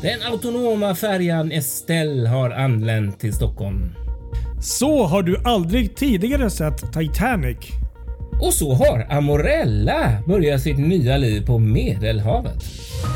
Den autonoma färjan Estelle har anlänt till Stockholm. Så har du aldrig tidigare sett Titanic. Och så har Amorella börjat sitt nya liv på Medelhavet.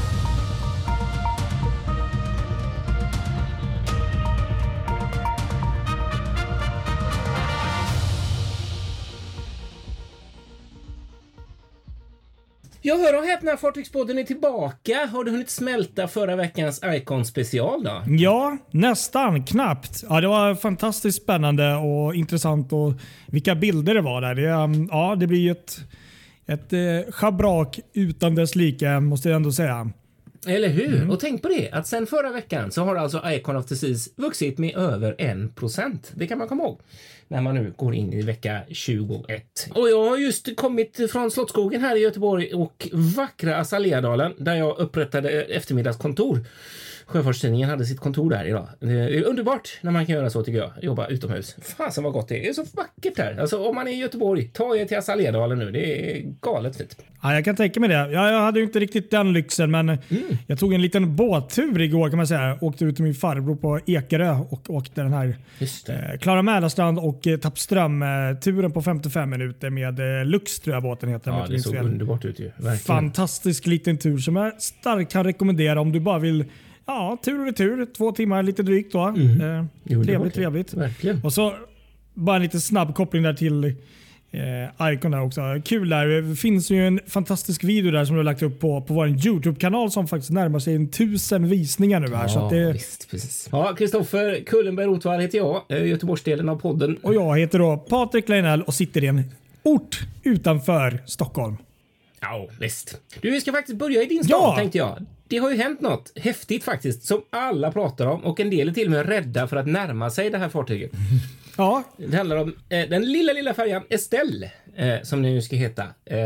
Jag hör och häpna, Fartygspodden är tillbaka. Har du hunnit smälta förra veckans Icon-special då? Ja, nästan. Knappt. Ja, det var fantastiskt spännande och intressant och vilka bilder det var där. Det blir ju ett schabrak utan dess like, måste jag ändå säga. Eller hur? Och tänk på det, att sen förra veckan så har alltså Icon of the Seas vuxit med över 1%. Det kan man komma ihåg när man nu går in i vecka 21. Och jag har just kommit från Slottsskogen här i Göteborg och vackra Azaleadalen där jag upprättade eftermiddagskontor. Sjöfartstidningen hade sitt kontor där idag. Det är underbart när man kan göra så, tycker jag. Jobba utomhus. Fasen vad gott det är. Det är så vackert här. Alltså om man är i Göteborg, ta er till Azaleadalen nu. Det är galet fint. Ja, jag kan tänka mig det. Jag hade ju inte riktigt den lyxen, men jag tog en liten båttur igår kan man säga. Åkte ut till min farbror på Ekerö och åkte den här Klara Mälarstrand och Tappström-turen på 55 minuter med Lux, tror jag båten heter. Ja, det såg underbart ut ju. Verkligen. Fantastisk liten tur som jag starkt kan rekommendera om du bara vill. Ja, tur och retur. 2 timmar lite drygt då. Trevligt. Verkligen. Och så bara en liten snabb koppling där till Icon där också. Kul där. Det finns ju en fantastisk video där som du har lagt upp på vår YouTube-kanal som faktiskt närmar sig 1000 visningar nu här. Ja, så att det... visst, precis. Ja, Kristoffer Kullenberg-Rotvall heter jag. Göteborgsdelen av podden. Och jag heter då Patrik Leinell och sitter i en ort utanför Stockholm. Ja, visst. Du ska faktiskt börja i din stad, tänkte jag. Det har ju hänt något häftigt faktiskt som alla pratar om och en del är till och med rädda för att närma sig det här fartyget. Ja. Det handlar om den lilla färjan Estelle som nu ska heta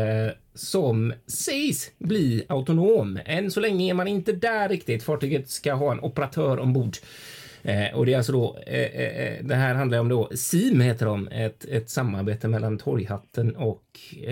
som sägs bli autonom. Än så länge är man inte där riktigt. Fartyget ska ha en operatör ombord. Och det är alltså då det här handlar om då SIM heter de, ett samarbete mellan Torghatten och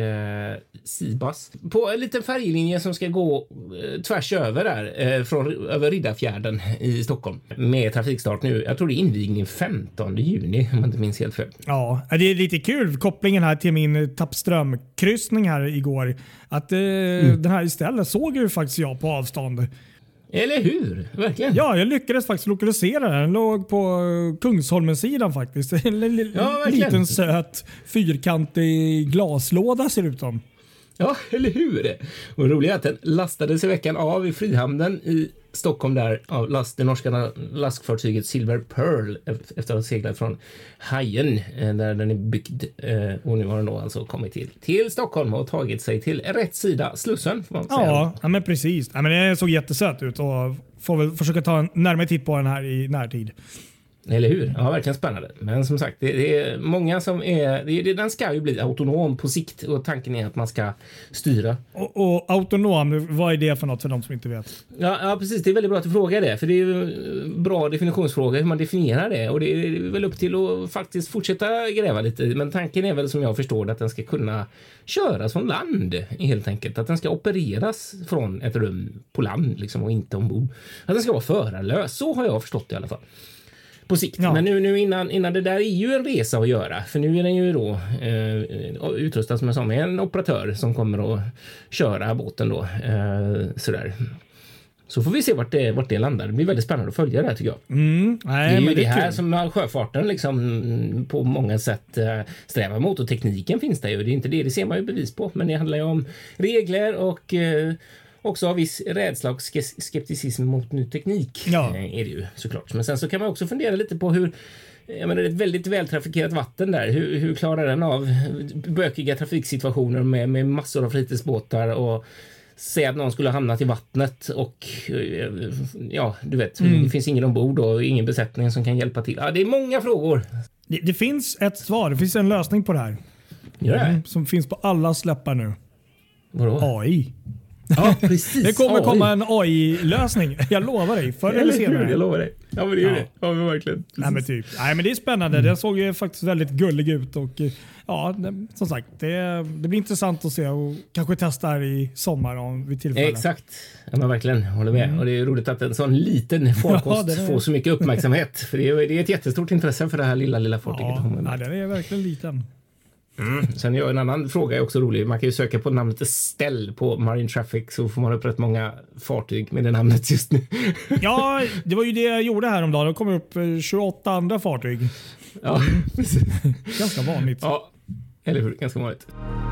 Sibas på en liten färjelinje som ska gå tvärs över där över Riddarfjärden i Stockholm med trafikstart nu. Jag tror det är invigning 15 juni om man inte minns helt fel. Ja, det är lite kul kopplingen här till min Tappström-kryssning här igår att den här istället såg ju faktiskt jag på avstånd. Eller hur? Verkligen. Ja, jag lyckades faktiskt lokalisera den. Den låg på Kungsholmen-sidan faktiskt. En liten söt fyrkantig glaslåda ser det ut som. Ja, eller hur? Och det roliga är att den lastades i veckan av i Frihamnen i Stockholm där av det norska lastfartyget Silver Pearl efter att ha seglat från Hajen där den är byggd och nu har den då alltså kommit till Stockholm och tagit sig till rätt sida Slussen får man säga. Ja, men precis. Ja, men det såg jättesött ut och får väl försöka ta en närmare titt på den här i närtid. Eller hur? Ja, verkligen spännande. Men som sagt, det är många som den ska ju bli autonom på sikt och tanken är att man ska styra. Och autonom, vad är det för något för de som inte vet? Ja, precis. Det är väldigt bra att du frågar det. För det är ju en bra definitionsfråga hur man definierar det. Och det är väl upp till att faktiskt fortsätta gräva lite. Men tanken är väl som jag förstår det att den ska kunna köras från land helt enkelt. Att den ska opereras från ett rum på land liksom, och inte ombord. Att den ska vara förarlös. Så har jag förstått det i alla fall. På sikt. Ja. Men nu innan det där är ju en resa att göra. För nu är den ju då utrustad som jag sa med en operatör som kommer att köra båten då. Sådär. Så får vi se vart det landar. Det blir väldigt spännande att följa det här tycker jag. Det är ju det här som sjöfarten liksom på många sätt strävar mot och tekniken finns där ju. Det är inte det ser man ju bevis på. Men det handlar ju om regler och också av viss rädsla och skepticism mot ny teknik är det ju såklart. Men sen så kan man också fundera lite på hur det är ett väldigt vältrafikerat vatten där. Hur klarar den av bökiga trafiksituationer med massor av fritidsbåtar och säga att någon skulle ha hamnat i vattnet och ja, du vet, det finns ingen ombord och ingen besättning som kan hjälpa till. Ja, det är många frågor. Det finns ett svar, det finns en lösning på det här. Gör det? Som finns på alla släppar nu. Vadå? AI. Ja, precis. Det kommer komma en AI-lösning. Jag lovar dig. Förr eller senare. Jag lovar dig. Ja, men det är det. Ja, men verkligen. Nej, men typ. Nej, men det är spännande. Den såg ju faktiskt väldigt gullig ut. Och ja, som sagt, det blir intressant att se och kanske testa här i sommar om vi tillfälle. Exakt. Ja, men verkligen. Håller med. Och det är roligt att en sån liten farkost får så mycket uppmärksamhet. För det är ett jättestort intresse för det här lilla fartyget. Ja, den är verkligen liten. Sen är en annan fråga är också rolig. Man kan ju söka på namnet Estelle på Marine Traffic så får man upp rätt många fartyg med det namnet just nu. Ja, det var ju det jag gjorde häromdagen. Det kom upp 28 andra fartyg. Ja, precis. Ganska vanligt. Ja, eller hur? Ganska vanligt.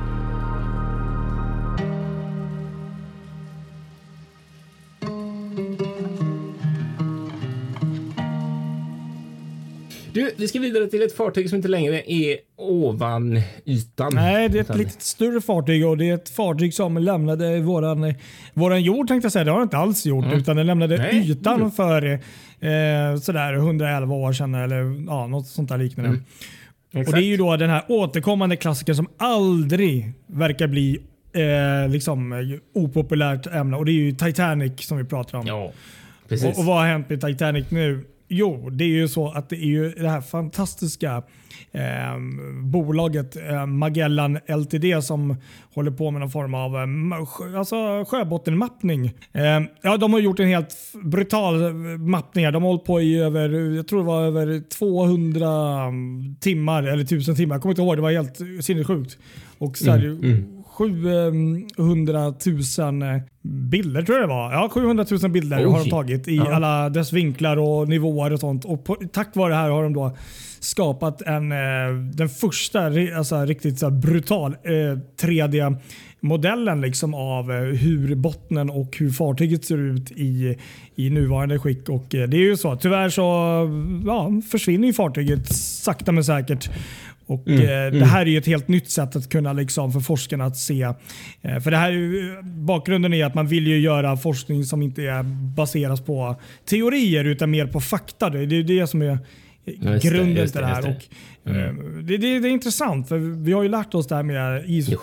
Du, vi ska vidare till ett fartyg som inte längre är ovan ytan. Nej, det är ett lite större fartyg och det är ett fartyg som lämnade våran jord tänkte jag säga. Det har det inte alls gjort utan det lämnade ytan för sådär 111 år sedan eller ja, något sånt där liknande. Och det är ju då den här återkommande klassikern som aldrig verkar bli liksom opopulärt ämne och det är ju Titanic som vi pratar om. Ja, precis. Och vad har hänt med Titanic nu? Jo, det är ju så att det är ju det här fantastiska bolaget Magellan Ltd som håller på med någon form av sjöbottenmappning. Ja, de har gjort en helt brutal mappning. De har hållit på i jag tror det var över 200 timmar eller 1000 timmar. Jag kommer inte ihåg, det var helt sinnessjukt. Och så här, 700 000 bilder tror jag det var. Ja, 700 000 bilder har de tagit i alla dess vinklar och nivåer och sånt. Och tack vare det här har de då skapat den första alltså, riktigt så här brutal 3D-modellen liksom av hur bottnen och hur fartyget ser ut i nuvarande skick. Och det är ju så. Tyvärr så försvinner ju fartyget sakta men säkert. Och det här är ju ett helt nytt sätt att kunna liksom för forskarna att se. För det här bakgrunden är att man vill ju göra forskning som inte är baseras på teorier utan mer på fakta. Det är det som är grunden till det här. Och det är intressant för vi har ju lärt oss det här med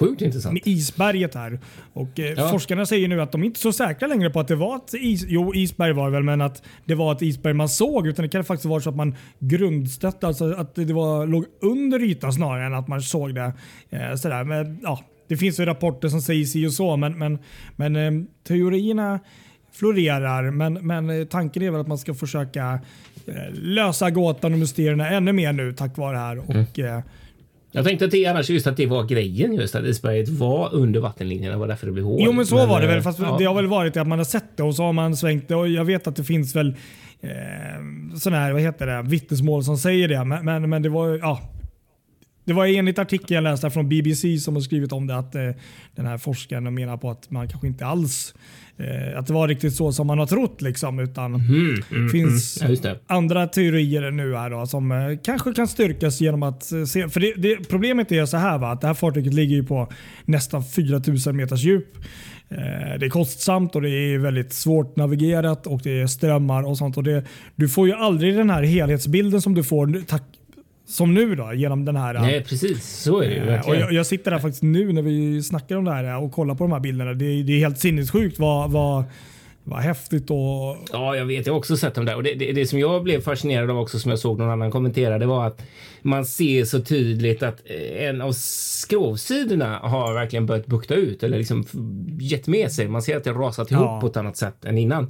isberget här. Och forskarna säger nu att de inte är så säkra längre på att det var ett isberg var väl, men att det var ett isberg man såg, utan det kan faktiskt vara så att man grundstötte, alltså att det låg under ytan snarare än att man såg det sådär. Men, ja, det finns ju rapporter som säger si och så, men teorierna florerar, men tanken är väl att man ska försöka lösa gåtan och mysterierna ännu mer nu tack vare det här. Och, jag tänkte att det annars just att det var grejen just att isberget var under vattenlinjen, det var därför det blev hål. Jo, men så var det väl, fast det har väl varit att man har sett det och så har man svängt det, och jag vet att det finns väl sådana här, vad heter det, vittnesmål som säger det, men det var det var enligt artikeln jag läste från BBC som har skrivit om det, att den här forskaren menar på att man kanske inte alls att det var riktigt så som man har trott liksom, utan finns andra teorier nu här då, som kanske kan styrkas genom att se, för problemet är så här, va, att det här fartyget ligger ju på nästan 4000 meters djup. Det är kostsamt och det är väldigt svårt navigerat och det är strömmar och sånt, och du får ju aldrig den här helhetsbilden som du får som nu då, genom den här. Nej, precis. Så är det ju verkligen. Och jag sitter där faktiskt nu när vi snackar om det här och kollar på de här bilderna. Det är helt sinnessjukt vad häftigt. Och ja, jag vet. Jag har också sett dem där. Och det som jag blev fascinerad av också, som jag såg någon annan kommentera, det var att man ser så tydligt att en av skrovsidorna har verkligen börjat bukta ut eller liksom gett med sig. Man ser att det har rasat ihop på ett annat sätt än innan.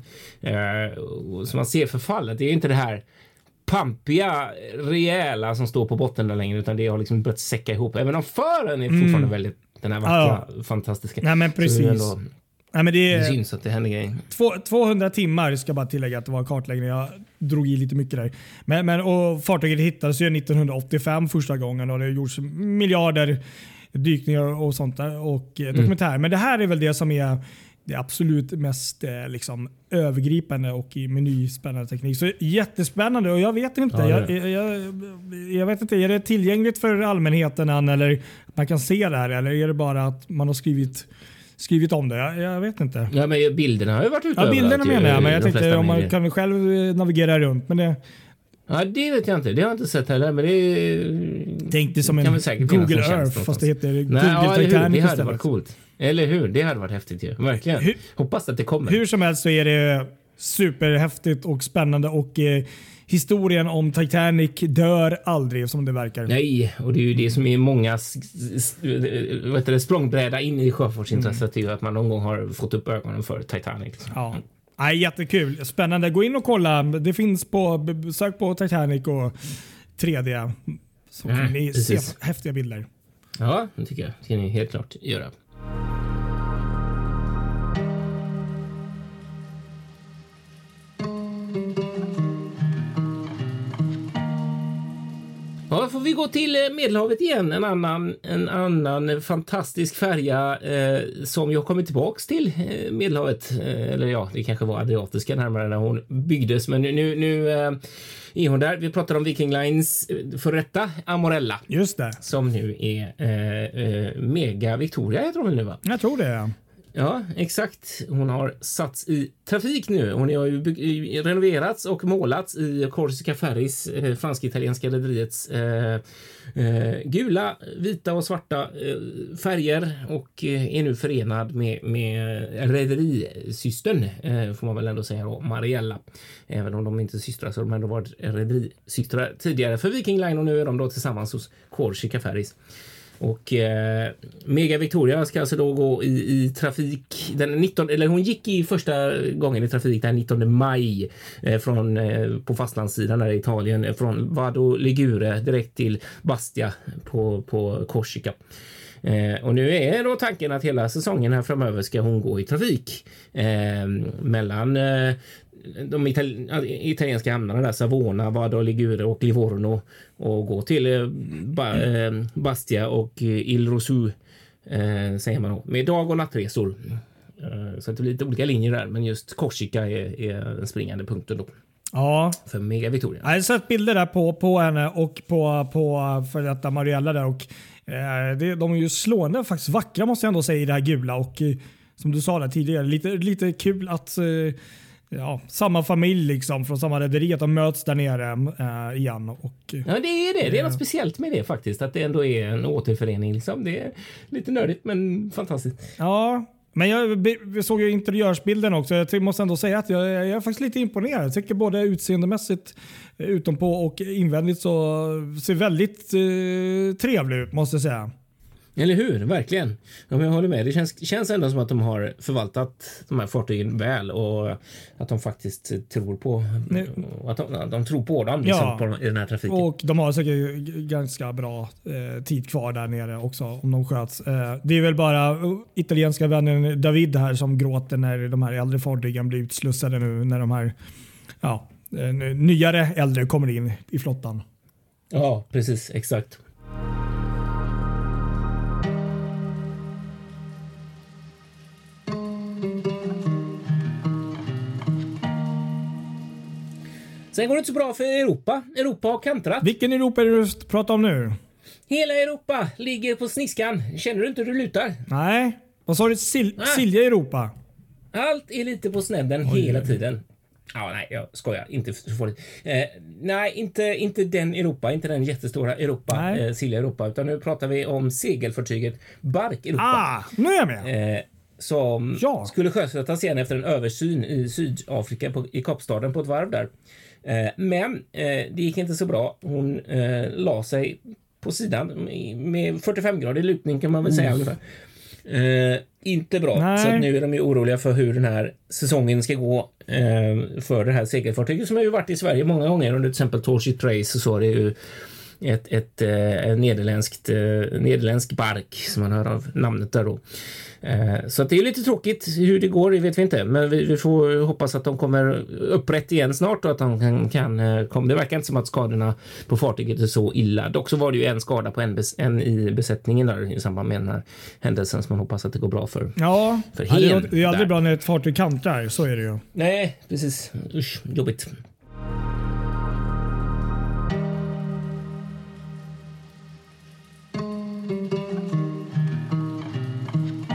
Så man ser förfallet. Det är inte det här pampiga, rejäla som står på botten där längre, utan det har liksom börjat säcka ihop. Även om fören är fortfarande väldigt den här vackra, fantastiska. Nej, men precis. Nej, men det syns att det händer grejer. 200 timmar ska bara tillägga att det var kartläggning. Jag drog i lite mycket där. Men och fartyget hittades ju 1985 första gången och det har gjorts miljarder dykningar och sånt där och dokumentär. Men det här är väl det som är det absolut mest liksom övergripande och i menyspännande teknik. Så jättespännande, och jag vet inte. Jag vet inte, är det tillgängligt för allmänheten eller man kan se det här, eller är det bara att man har skrivit om det? Jag vet inte. Ja, men bilderna har ju varit ute. Ja, bilderna menar jag, men jag tänkte om man kan själv navigera runt, men Ja, det vet jag inte. Det har jag inte sett heller. Men det Tänk det som en Google Earth fast det heter Google Titanic. Det hade varit coolt. Eller hur? Det hade varit häftigt ju. Verkligen. Hoppas att det kommer. Hur som helst så är det superhäftigt och spännande och historien om Titanic dör aldrig som det verkar. Nej, och det är ju det som är många språngbräda in i sjöfartsintresset är ju att man någon gång har fått upp ögonen för Titanic. Ja. Nej, jättekul. Spännande. Gå in och kolla. Det finns sök på Titanic och 3D. Så kan ni se häftiga bilder. Ja, det tycker jag. Det kan ni helt klart göra. Ja, får vi gå till Medelhavet igen. En annan fantastisk färja som jag kommer tillbaks till Medelhavet. Eller ja, det kanske var Adriatiska närmare när hon byggdes. Men nu är hon där. Vi pratar om Viking Lines för rätta Amorella. Just det. Som nu är Mega Victoria heter hon väl nu, va? Jag tror det, ja. Ja, exakt. Hon har satts i trafik nu. Hon har ju renoverats och målats i Corsica Ferries, fransk-italienska rederiets gula, vita och svarta färger och är nu förenad med rederisystern, får man väl ändå säga då, Mariella. Även om de inte är systrar så har de ändå varit rederisystrar tidigare för Viking Line och nu är de då tillsammans hos Corsica Ferries. Och Mega Victoria ska alltså då gå i trafik den 19, eller hon gick i första gången i trafik den 19 maj från på fastlandssidan där i Italien från Vado Ligure direkt till Bastia på Korsika. Och nu är då tanken att hela säsongen här framöver ska hon gå i trafik mellan de italienska hamnarna där, Savona, Vado Ligure och Livorno och gå till Bastia och Il Rosu säger man då, med dag- och nattresor. Så det blir lite olika linjer där, men just Korsika är den springande punkten då. Ja. För Mega Victoria. Jag har sett bilder där på henne och på för detta Mariella där och de är ju slående faktiskt vackra måste jag ändå säga i det här gula och som du sa där tidigare lite kul att ja, samma familj liksom från samma rederi att de möts där nere igen. Och, ja, det är det. Det är något speciellt med det faktiskt. Att det ändå är en återförening. Liksom. Det är lite nördigt men fantastiskt. Ja, men jag såg ju interiörsbilden också. Jag måste ändå säga att jag är faktiskt lite imponerad. Jag tycker både utseendemässigt utanpå och invändigt så ser väldigt trevligt ut måste jag säga. Eller hur? Verkligen. Ja, men jag håller med. Det känns ändå som att de har förvaltat de här fartygen väl och att de faktiskt tror på att de tror på dem liksom, i den här trafiken. Och de har säkert ganska bra tid kvar där nere också om de sköts. Det är väl bara italienska vännen David här som gråter när de här äldre fartygen blir utslussade nu när de här nyare äldre kommer in i flottan. Ja, precis. Exakt. Sen går det inte så bra för Europa. Europa har kantrat. Vilken Europa är det du pratar om nu? Hela Europa ligger på sniskan. Känner du inte hur du lutar? Nej. Vad sa du? Silja Europa? Allt är lite på snedden hela tiden. Ja, nej, jag skojar. Inte så farligt. Nej, inte den Europa. Inte den jättestora Europa. Silja Europa. Utan nu pratar vi om segelfartyget Bark Europa. Nu är jag med. Som skulle sjösättas igen efter en översyn i Sydafrika i Kapstaden på ett varv där. Men det gick inte så bra. Hon la sig på sidan med 45-gradig lutning kan man väl säga ungefär. Inte bra. Nej. Så att nu är de ju oroliga för hur den här säsongen ska gå för det här segelfartyget som har ju varit i Sverige många gånger under till exempel Torshit Race så är det ju ett nederländsk bark som man hör av namnet där då. Så att det är lite tråkigt hur det går, det vet vi inte. Men vi får hoppas att de kommer upprätt igen snart och att de kan det verkar inte som att skadorna på fartyget är så illa. Dock så var det ju en skada på en i besättningen där i samband med den här händelsen som man hoppas att det går bra för. Ja, för det är aldrig bra när ett fartyg kantrar, så är det ju. Nej, precis. Usch, jobbigt.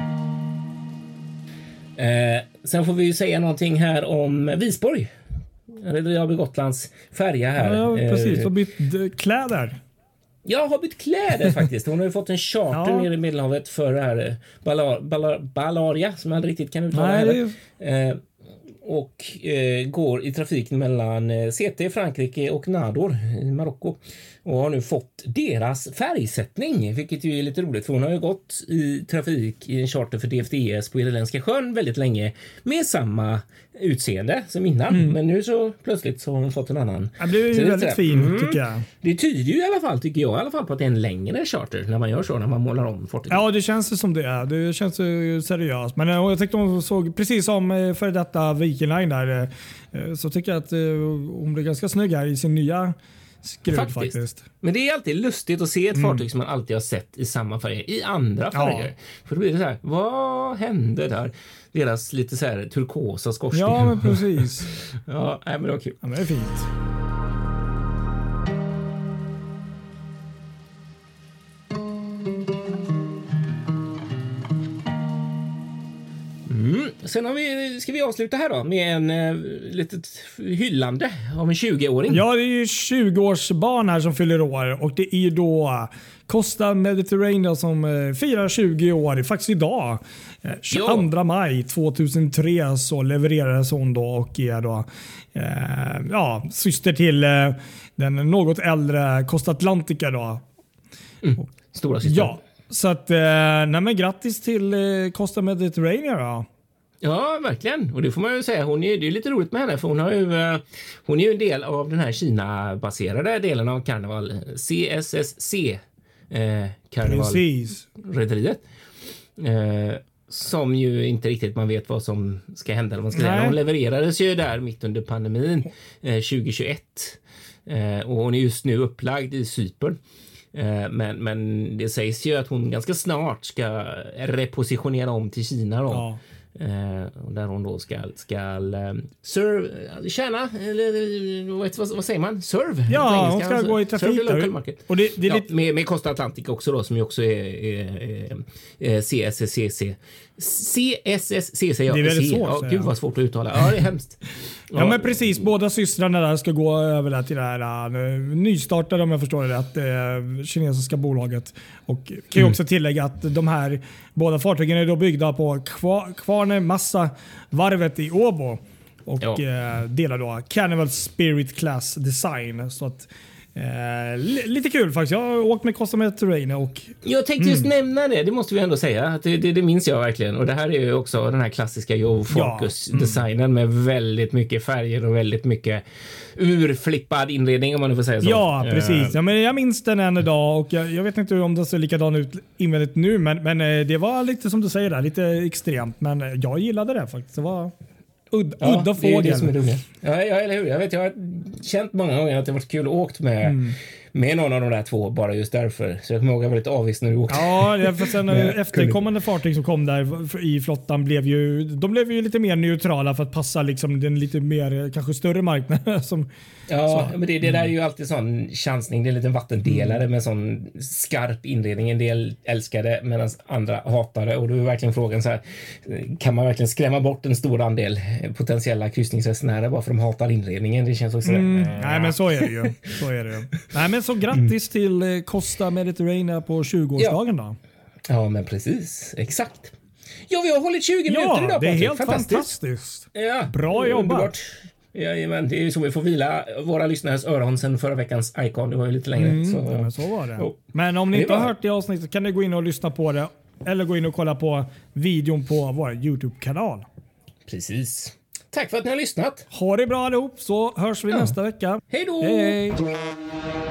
Sen får vi ju säga någonting här om Visborg. Rederi AB Gotlands färja här. Ja, precis. Och bytt kläder. Jag har bytt kläder faktiskt. Hon har ju fått en charter nere i Medelhavet för det här Balaria som jag aldrig riktigt kan uttala och går i trafiken mellan CT Frankrike och Nador i Marocko och har nu fått deras färgsättning, vilket ju är lite roligt för hon har ju gått i trafik i en charter för DFDS på Irländska sjön väldigt länge med samma utseende som innan, men nu så plötsligt så har hon fått en annan. Det blir ju väldigt fin tycker jag. Det tyder ju i alla fall, tycker jag, i alla fall på att det är en längre charter när man gör så, när man målar om fartyget. Ja, det känns som det är. Det känns ju seriöst. Men jag tyckte hon såg, precis som för detta Viking Line där, så tycker jag att hon blir ganska snygg här i sin nya skruv faktiskt. Men det är alltid lustigt att se ett fartyg som man alltid har sett i samma färger, i andra färger. För då blir det så här, vad hände där? Deras lite så här turkosa skorsten. Ja, men precis. Ja, men det var kul. Ja, men det är fint. Sen ska vi avsluta här då med en litet hyllande av en 20-åring. Ja, det är ju 20-årsbarn här som fyller år och det är ju då Costa Mediterranean som firar 20 år, faktiskt idag. 22 maj 2003 så levererades hon då och är då syster till den något äldre Costa Atlantica då. Stora syster. Ja, så att men grattis till Costa Mediterranean då. Ja, verkligen. Och det får man ju säga. Det är lite roligt med henne för hon är ju en del av den här Kina-baserade delen av Carnival. CSSC Carnival-rederiet. Som ju inte riktigt man vet vad som ska hända. Eller vad man ska säga. Hon levererades ju där mitt under pandemin 2021. Och hon är just nu upplagd i Cypern. Men det sägs ju att hon ganska snart ska repositionera om till Kina då. Ja. Där hon då ska tjäna eller vad säger man? Serve. Ja, hon ska gå i trafik. Och det är lite med Costa Atlantica också då som ju också är CSSCC. CSSCC. Ja, det är väldigt svårt. Gud vad svårt att uttala. Ja, det är hemskt. Ja, men precis. Båda systrarna där ska gå över där till det här nystartade, om jag förstår det rätt, kinesiska bolaget. Och kan ju också tillägga att de här båda fartygen är då byggda på Kvarne Massa varvet i Åbo och delar då Carnival Spirit Class Design. Så att lite kul faktiskt. Jag har åkt med Costa Mediterranean och jag tänkte just nämna det måste vi ändå säga att det minns jag verkligen, och det här är ju också den här klassiska Joe Focus designen med väldigt mycket färger och väldigt mycket urflippad inredning, om man nu får säga så. Ja, precis. Ja, men jag minns den än idag och jag vet inte om det ser likadan ut invändigt nu, men det var lite som du säger där, lite extremt, men jag gillade det faktiskt. Det var udda fågel. Det är det som är roligt. Ja, eller hur? Jag har känt många gånger att det varit kul att åkt med någon av de där två, bara just därför. Så jag kommer ihåg att jag var lite avis när du åkte. Ja, för sen efterkommande fartyg som kom där i flottan blev ju lite mer neutrala för att passa liksom den lite mer kanske större marknaden som. Ja, men det där är ju alltid sån chansning. Det är en liten vattendelare med sån skarp inredning. En del älskar det medan andra hatar det. Och då är verkligen frågan så här, kan man verkligen skrämma bort en stor andel potentiella kryssningsresenärer bara för att de hatar inredningen? Det känns också nej, men så är det ju. Nej, men så grattis till Costa Mediterranean på 20-årsdagen då. Ja, men precis. Exakt. Ja, vi har hållit 20 minuter idag. Ja, det är helt fantastiskt. Ja, bra jobbat. Ja, men det är ju så vi får vila våra lyssnares öron sen förra veckans Icon. Det var ju lite längre. Men så var det. Men om ni inte har hört det avsnittet kan ni gå in och lyssna på det. Eller gå in och kolla på videon på vår YouTube-kanal. Precis. Tack för att ni har lyssnat. Ha det bra allihop, så hörs vi nästa vecka. Hej då! Hej.